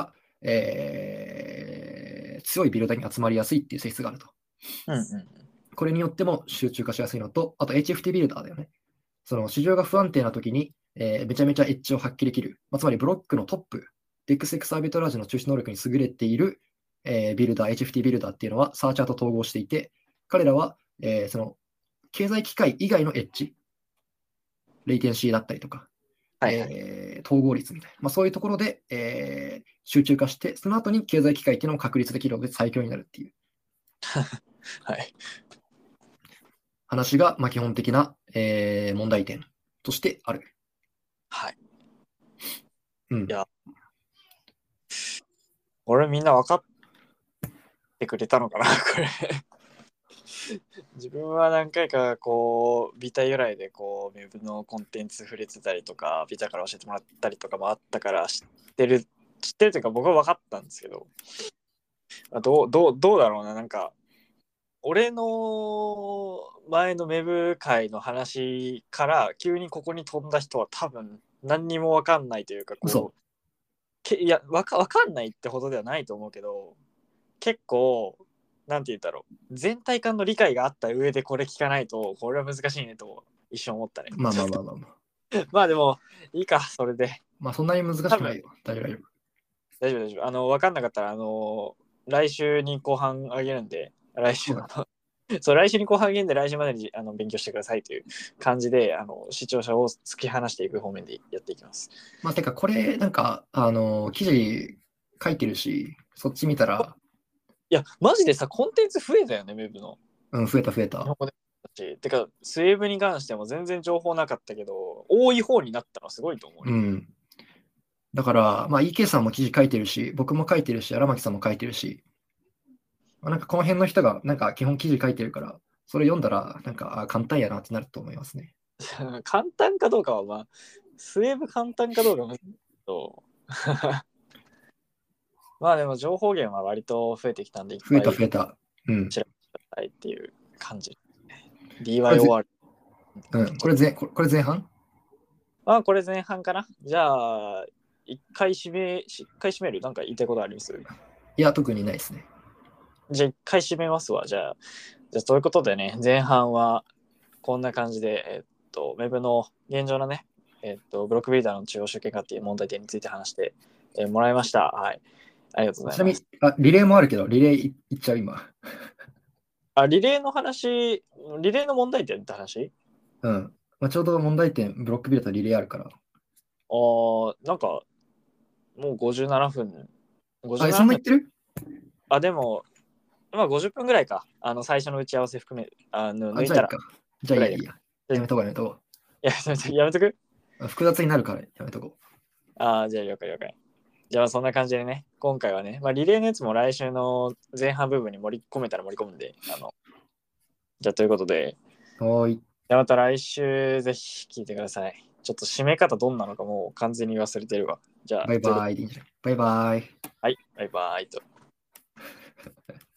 強いビルダーに集まりやすいっていう性質があると。これによっても集中化しやすいのと、あと HFT ビルダーだよね。その市場が不安定な時に、めちゃめちゃエッジを発揮できる、つまりブロックのトップ、DEXX アービトラージの中止能力に優れている、ビルダー、HFT ビルダーっていうのはサーチャーと統合していて、彼らは、その経済機械以外のエッジ、レイテンシーだったりとか、統合率みたいな、そういうところで、集中化して、その後に経済機械っていうのを確立できるので最強になるっていうはい、 話が、基本的な、問題点としてある。 はい。 うん、 いや、俺みんな分かってくれたのかな、これ。自分は何回かこうビタ由来でこうウェブのコンテンツ触れてたりとかビタから教えてもらったりとかもあったから知ってるというか僕は分かったんですけど、どうだろうな、なんか俺の前のウェブ界の話から急にここに飛んだ人は多分何にも分かんないというかこういや分かんないってほどではないと思うけど、結構なんて言ったろう、全体感の理解があった上でこれ聞かないとこれは難しいねと一瞬思ったね。まあでもいいか、それで。 そんなに難しくないよ。大丈夫。 大丈夫。分かんなかったら来週に後半あげるんで、来週のそう、来週に後半あげるんで、来週までに勉強してくださいという感じで視聴者を突き放していく方面でやっていきます。 てかこれなんか記事書いてるし、そっち見たら、 いやマジでさ、コンテンツ増えたよね、ウェブの。 増えた。 てかスウェーブに関しても全然情報なかったけど、多い方になったのはすごいと思う。 だから、EK さんも記事書いてるし、僕も書いてるし、荒牧さんも書いてるし、なんかこの辺の人がなんか基本記事書いてるから、それ読んだらなんか簡単やなってなると思いますね。 簡単かどうかはスウェーブ簡単かどうかもとでも情報源は割と増えてきたんで、いっぱい増えた。 調べたいっていう感じ。DYOR。 これ前半？ これ前半かな。じゃあ、一回締める？なんか言いたいことあります？ いや、特にないですね。 じゃあ一回締めますわ。じゃあということでね、前半はこんな感じで、ウェブの現状のね、ブロックビルダーの中央集権化っていう問題点について話して、もらいました。はい。ありがとうございます。 ちなみに、リレーもあるけど、リレーいっちゃう今。 リレーの話、リレーの問題点って話？ うん。まあ、ちょうど問題点、ブロックビルとリレーあるから。 なんか、もう57分。57分。 そんな言ってる？ でも、まあ50分ぐらいか。最初の打ち合わせ含め、抜いたらじゃあいいか。じゃあぐらいで。 いいや。やめとこうやめとこやめとく。 う。複雑になるからやめとこじゃあ了解了解。じゃあそんな感じでね、今回はね、リレーのやつも来週の前半部分に盛り込めたら盛り込むんで、じゃあということで、 う。はーい。 じゃあまた来週ぜひ聞いてください。ちょっと締め方どんなのかもう完全に忘れてるわ。じゃあ、 バイということで、 バイでいいんじゃない？バイバイ。 はい、バイバイと。